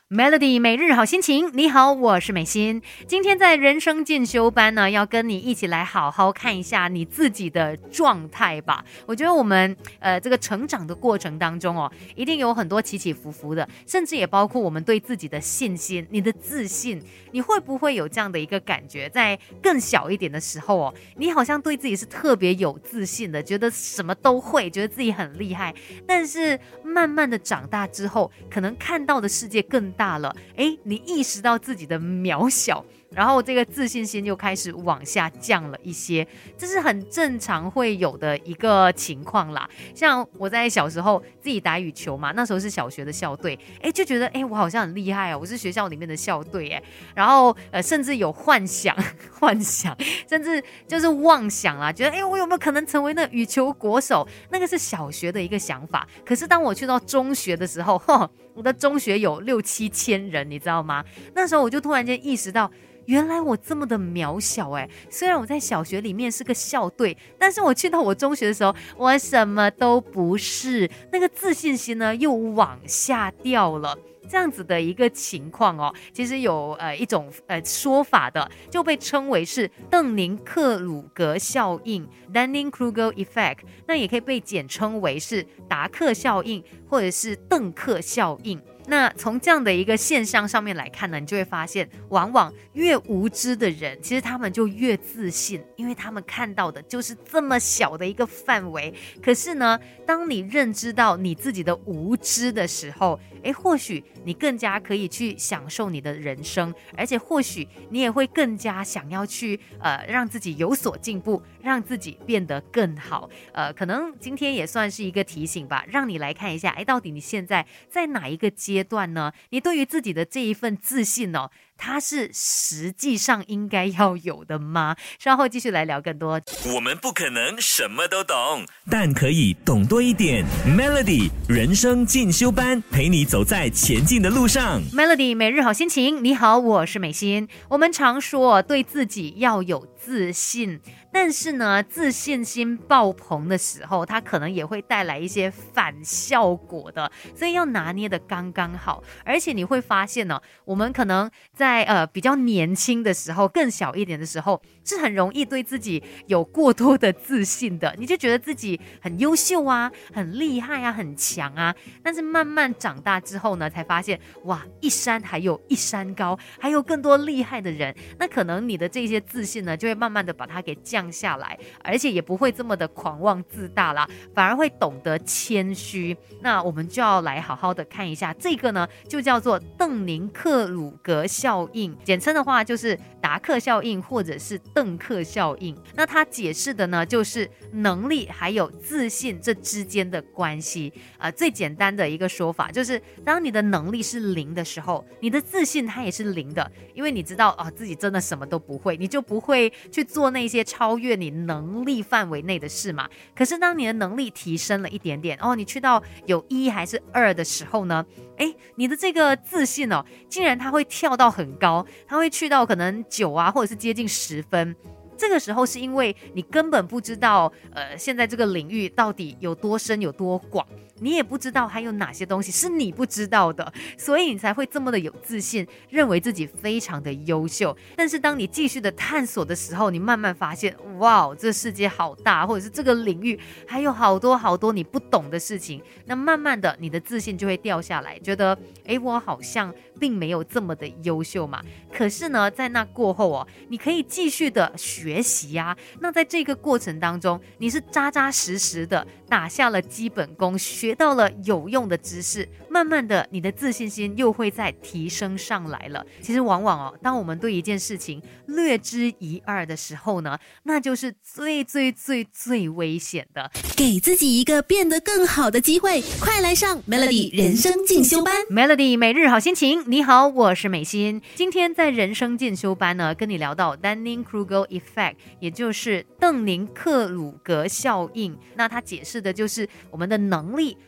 Melody 每日好心情，你好，我是美心。今天在人生进修班呢，要跟你一起来好好看一下你自己的状态吧。我觉得我们这个成长的过程当中一定有很多起起伏伏的，甚至也包括我们对自己的信心、你的自信。你会不会有这样的一个感觉，在更小一点的时候你好像对自己是特别有自信的，觉得什么都会，觉得自己很厉害。但是慢慢的长大之后，可能看到的世界更大了，你意识到自己的渺小，然后这个自信心又开始往下降了一些，这是很正常会有的一个情况啦。像我在小时候自己打羽球嘛，那时候是小学的校队，就觉得我好像很厉害我是学校里面的校队然后甚至有幻想，甚至就是妄想啦，觉得我有没有可能成为那羽球国手？那个是小学的一个想法。可是当我去到中学的时候，我的中学有6-7千人，你知道吗？那时候我就突然间意识到，原来我这么的渺小虽然我在小学里面是个校队，但是我去到我中学的时候，我什么都不是，那个自信心呢又往下掉了。这样子的一个情况其实有一种说法的，就被称为是邓宁克鲁格效应 Dunning-Kruger Effect， 那也可以被简称为是达克效应或者是邓克效应。那从这样的一个现象上面来看呢，你就会发现，往往越无知的人，其实他们就越自信，因为他们看到的就是这么小的一个范围。可是呢，当你认知到你自己的无知的时候，或许你更加可以去享受你的人生，而且或许你也会更加想要去让自己有所进步，让自己变得更好。可能今天也算是一个提醒吧，让你来看一下，到底你现在在哪一个阶段呢？你对于自己的这一份自信它是实际上应该要有的吗？稍后继续来聊更多。 我们不可能什么都懂，但可以懂多一点。Melody 人生进修班，陪你走在前进的路上。 Melody 每日好心情，你好，我是美心。我们常说对自己要有自信，但是呢，自信心爆棚的时候，它可能也会带来一些反效果的，所以要拿捏的刚刚好。而且你会发现我们可能在比较年轻的时候，更小一点的时候，是很容易对自己有过多的自信的，你就觉得自己很优秀很厉害很强但是慢慢长大之后呢，才发现哇，一山还有一山高，还有更多厉害的人。那可能你的这些自信呢，就会慢慢的把它给降下来，而且也不会这么的狂妄自大啦，反而会懂得谦虚。那我们就要来好好的看一下这个呢，就叫做邓宁克鲁格效应，简称的话就是达克效应或者是邓克效应。那它解释的呢，就是能力还有自信这之间的关系。最简单的一个说法就是，当你的能力是0的时候，你的自信它也是0的，因为你知道自己真的什么都不会，你就不会去做那些超越你能力范围内的事嘛。可是当你的能力提升了一点点你去到有1还是2的时候呢，你的这个自信竟然它会跳到很高，它会去到可能9或者是接近10分。这个时候是因为你根本不知道现在这个领域到底有多深有多广，你也不知道还有哪些东西是你不知道的，所以你才会这么的有自信，认为自己非常的优秀。但是当你继续的探索的时候，你慢慢发现，哇，这世界好大，或者是这个领域还有好多好多你不懂的事情，那慢慢的你的自信就会掉下来，觉得我好像并没有这么的优秀嘛。可是呢，在那过后你可以继续的学习那在这个过程当中，你是扎扎实实的打下了基本功，学到了有用的知识，慢慢的你的自信心又会再提升上来了。其实往往当我们对一件事情略知一二的时候呢，那就是最最最最危险的。 给自己一个变得更好的机会，快来上 Melody 人生进修班。 Melody 每日好心情，你好，我是美心。今天在人生进修班呢，跟你聊到 Dunning-Kruger Effect， 也就是邓宁克鲁格效应。那它解释的就是我们的能力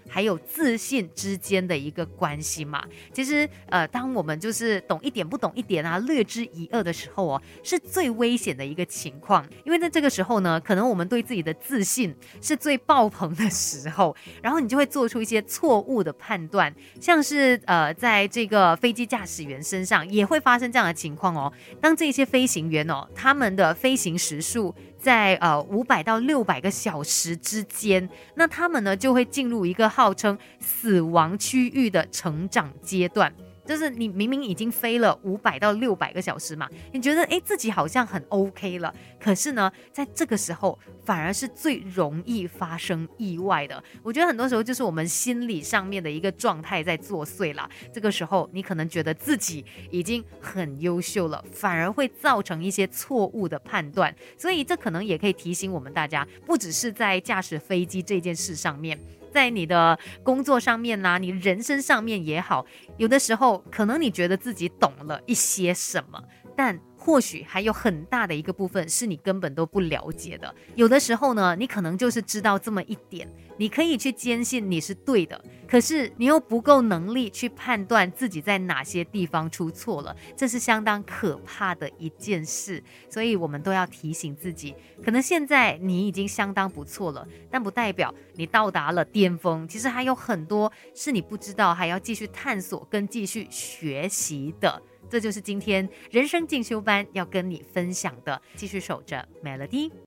还有自信之间的一个关系嘛。其实当我们就是懂一点不懂一点啊，略知一二的时候哦，是最危险的一个情况。因为在这个时候呢，可能我们对自己的自信是最爆棚的时候，然后你就会做出一些错误的判断，像是在这个飞机驾驶员身上也会发生这样的情况哦。当这些飞行员哦，他们的飞行时速在500到600个小时之间，那他们呢就会进入一个号称死亡区域的成长阶段。就是你明明已经飞了500到600个小时嘛，你觉得自己好像很 OK 了，可是呢，在这个时候反而是最容易发生意外的。我觉得很多时候就是我们心理上面的一个状态在作祟啦。这个时候你可能觉得自己已经很优秀了，反而会造成一些错误的判断。所以这可能也可以提醒我们大家，不只是在驾驶飞机这件事上面，在你的工作上面啦，你人生上面也好，有的时候可能你觉得自己懂了一些什么，但或许还有很大的一个部分是你根本都不了解的。有的时候呢，你可能就是知道这么一点，你可以去坚信你是对的，可是你又不够能力去判断自己在哪些地方出错了，这是相当可怕的一件事。所以我们都要提醒自己，可能现在你已经相当不错了，但不代表你到达了巅峰，其实还有很多是你不知道，还要继续探索跟继续学习的。这就是今天人生进修班要跟你分享的，继续守着 Melody。